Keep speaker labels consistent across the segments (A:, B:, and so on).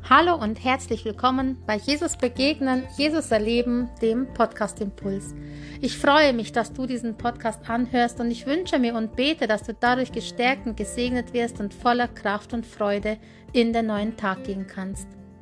A: Hallo und herzlich willkommen bei Jesus begegnen, Jesus erleben, dem Podcast Impuls. Ich freue mich, dass du diesen Podcast anhörst und ich wünsche mir und bete, dass du dadurch gestärkt und gesegnet wirst und voller Kraft und Freude in den neuen Tag gehen kannst.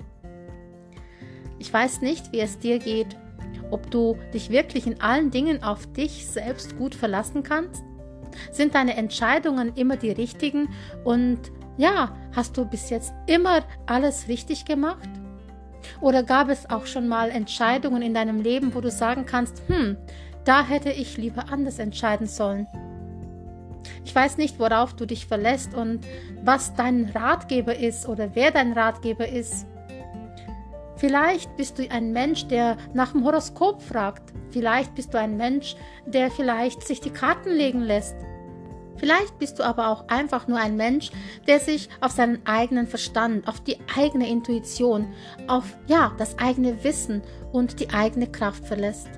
A: Ich weiß nicht, wie es dir geht, ob du dich wirklich in allen Dingen auf dich selbst gut verlassen kannst. Sind deine Entscheidungen immer die richtigen und hast du bis jetzt immer alles richtig gemacht? Oder gab es auch schon mal Entscheidungen in deinem Leben, wo du sagen kannst, da hätte ich lieber anders entscheiden sollen? Ich weiß nicht, worauf du dich verlässt und was dein Ratgeber ist oder wer dein Ratgeber ist. Vielleicht bist du ein Mensch, der nach dem Horoskop fragt. Vielleicht bist du ein Mensch, der vielleicht sich die Karten legen lässt. Vielleicht bist du aber auch einfach nur ein Mensch, der sich auf seinen eigenen Verstand, auf die eigene Intuition, auf das eigene Wissen und die eigene Kraft verlässt.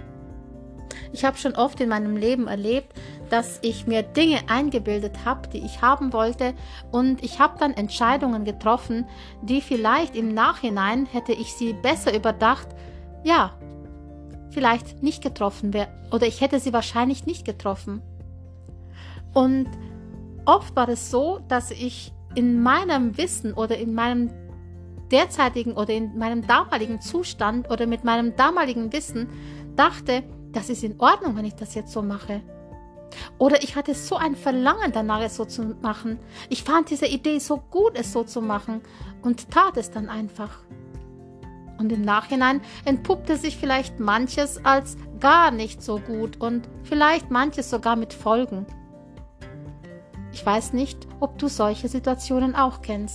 A: Ich habe schon oft in meinem Leben erlebt, dass ich mir Dinge eingebildet habe, die ich haben wollte, und ich habe dann Entscheidungen getroffen, die vielleicht im Nachhinein, hätte ich sie besser überdacht, vielleicht nicht getroffen wäre, oder ich hätte sie wahrscheinlich nicht getroffen. Und oft war es so, dass ich in meinem Wissen oder in meinem derzeitigen oder in meinem damaligen Zustand oder mit meinem damaligen Wissen dachte, das ist in Ordnung, wenn ich das jetzt so mache. Oder ich hatte so ein Verlangen danach, es so zu machen. Ich fand diese Idee so gut, es so zu machen und tat es dann einfach. Und im Nachhinein entpuppte sich vielleicht manches als gar nicht so gut und vielleicht manches sogar mit Folgen. Ich weiß nicht, ob du solche Situationen auch kennst.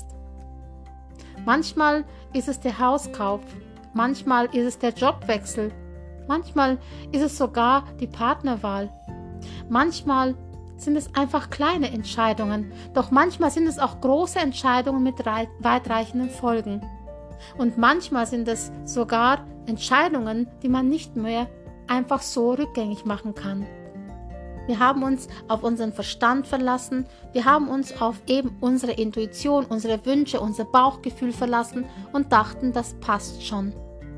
A: Manchmal ist es der Hauskauf, manchmal ist es der Jobwechsel, manchmal ist es sogar die Partnerwahl. Manchmal sind es einfach kleine Entscheidungen, doch manchmal sind es auch große Entscheidungen mit weitreichenden Folgen. Und manchmal sind es sogar Entscheidungen, die man nicht mehr einfach so rückgängig machen kann. Wir haben uns auf unseren Verstand verlassen, wir haben uns auf eben unsere Intuition, unsere Wünsche, unser Bauchgefühl verlassen und dachten, das passt schon.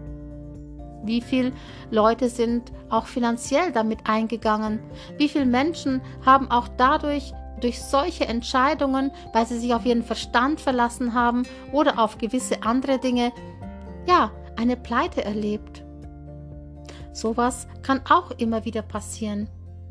A: Wie viele Leute sind auch finanziell damit eingegangen? Wie viele Menschen haben auch durch solche Entscheidungen, weil sie sich auf ihren Verstand verlassen haben oder auf gewisse andere Dinge, eine Pleite erlebt? Sowas kann auch immer wieder passieren.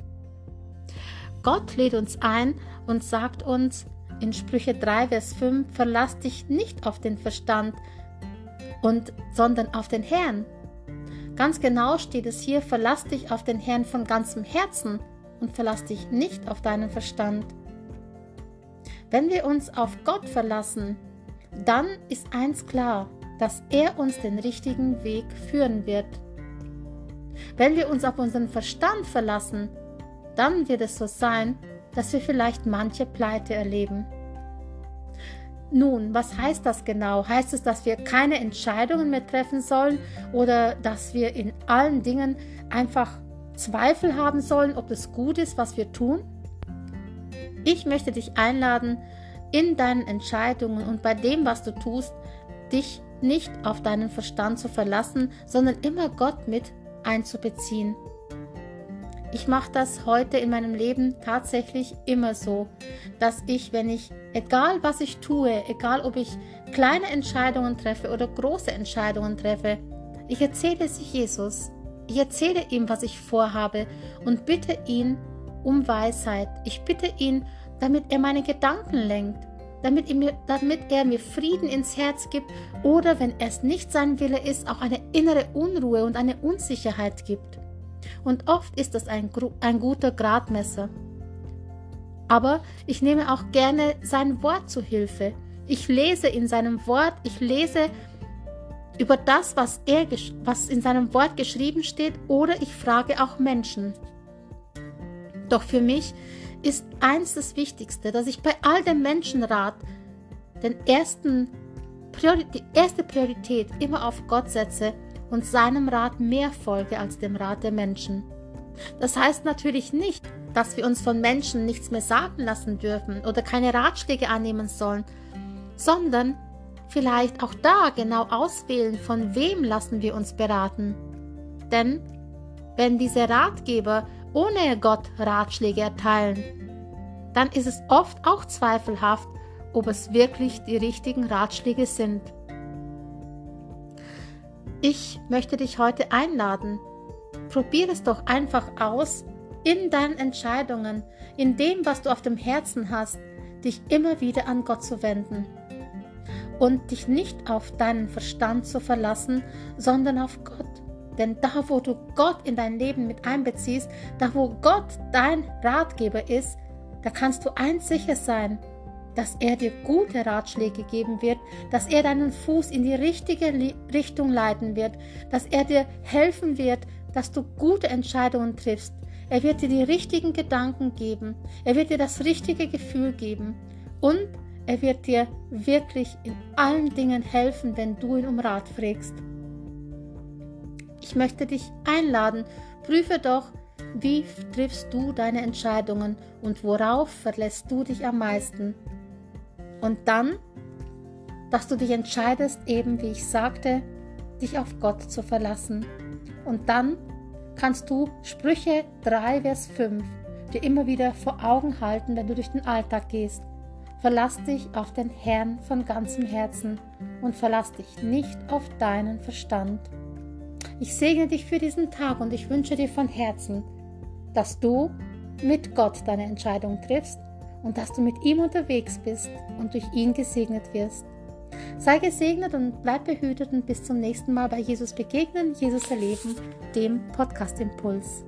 A: Gott lädt uns ein und sagt uns in Sprüche 3, Vers 5, verlass dich nicht auf den Verstand, sondern auf den Herrn. Ganz genau steht es hier, verlass dich auf den Herrn von ganzem Herzen und verlass dich nicht auf deinen Verstand. Wenn wir uns auf Gott verlassen, dann ist eins klar, dass er uns den richtigen Weg führen wird. Wenn wir uns auf unseren Verstand verlassen, dann wird es so sein, dass wir vielleicht manche Pleite erleben. Nun, was heißt das genau? Heißt es, dass wir keine Entscheidungen mehr treffen sollen oder dass wir in allen Dingen einfach Zweifel haben sollen, ob es gut ist, was wir tun? Ich möchte dich einladen, in deinen Entscheidungen und bei dem, was du tust, dich nicht auf deinen Verstand zu verlassen, sondern immer Gott mit einzubeziehen. Ich mache das heute in meinem Leben tatsächlich immer so, dass egal was ich tue, egal ob ich kleine Entscheidungen treffe oder große Entscheidungen treffe, ich erzähle sie Jesus. Ich erzähle ihm, was ich vorhabe und bitte ihn um Weisheit. Ich bitte ihn, damit er meine Gedanken lenkt, damit er mir Frieden ins Herz gibt oder, wenn es nicht sein Wille ist, auch eine innere Unruhe und eine Unsicherheit gibt. Und oft ist das ein guter Gradmesser. Aber ich nehme auch gerne sein Wort zu Hilfe. Ich lese in seinem Wort, ich lese über das, was in seinem Wort geschrieben steht, oder ich frage auch Menschen. Doch für mich ist eins das Wichtigste, dass ich bei all dem Menschenrat die erste Priorität immer auf Gott setze und seinem Rat mehr folge als dem Rat der Menschen. Das heißt natürlich nicht, dass wir uns von Menschen nichts mehr sagen lassen dürfen oder keine Ratschläge annehmen sollen, sondern vielleicht auch da genau auswählen, von wem lassen wir uns beraten. Denn wenn diese Ratgeber ohne Gott Ratschläge erteilen, dann ist es oft auch zweifelhaft, ob es wirklich die richtigen Ratschläge sind. Ich möchte dich heute einladen. Probier es doch einfach aus, in deinen Entscheidungen, in dem, was du auf dem Herzen hast, dich immer wieder an Gott zu wenden und dich nicht auf deinen Verstand zu verlassen, sondern auf Gott. Denn da, wo du Gott in dein Leben mit einbeziehst, da, wo Gott dein Ratgeber ist, da kannst du eins sicher sein, dass er dir gute Ratschläge geben wird, dass er deinen Fuß in die richtige Richtung leiten wird, dass er dir helfen wird, dass du gute Entscheidungen triffst. Er wird dir die richtigen Gedanken geben, er wird dir das richtige Gefühl geben und er wird dir wirklich in allen Dingen helfen, wenn du ihn um Rat fragst. Ich möchte dich einladen, prüfe doch, wie triffst du deine Entscheidungen und worauf verlässt du dich am meisten. Und dann, dass du dich entscheidest, eben wie ich sagte, dich auf Gott zu verlassen. Und dann kannst du Sprüche 3, Vers 5 dir immer wieder vor Augen halten, wenn du durch den Alltag gehst. Verlass dich auf den Herrn von ganzem Herzen und verlass dich nicht auf deinen Verstand. Ich segne dich für diesen Tag und ich wünsche dir von Herzen, dass du mit Gott deine Entscheidung triffst und dass du mit ihm unterwegs bist und durch ihn gesegnet wirst. Sei gesegnet und bleib behütet und bis zum nächsten Mal bei Jesus begegnen, Jesus erleben, dem Podcast Impuls.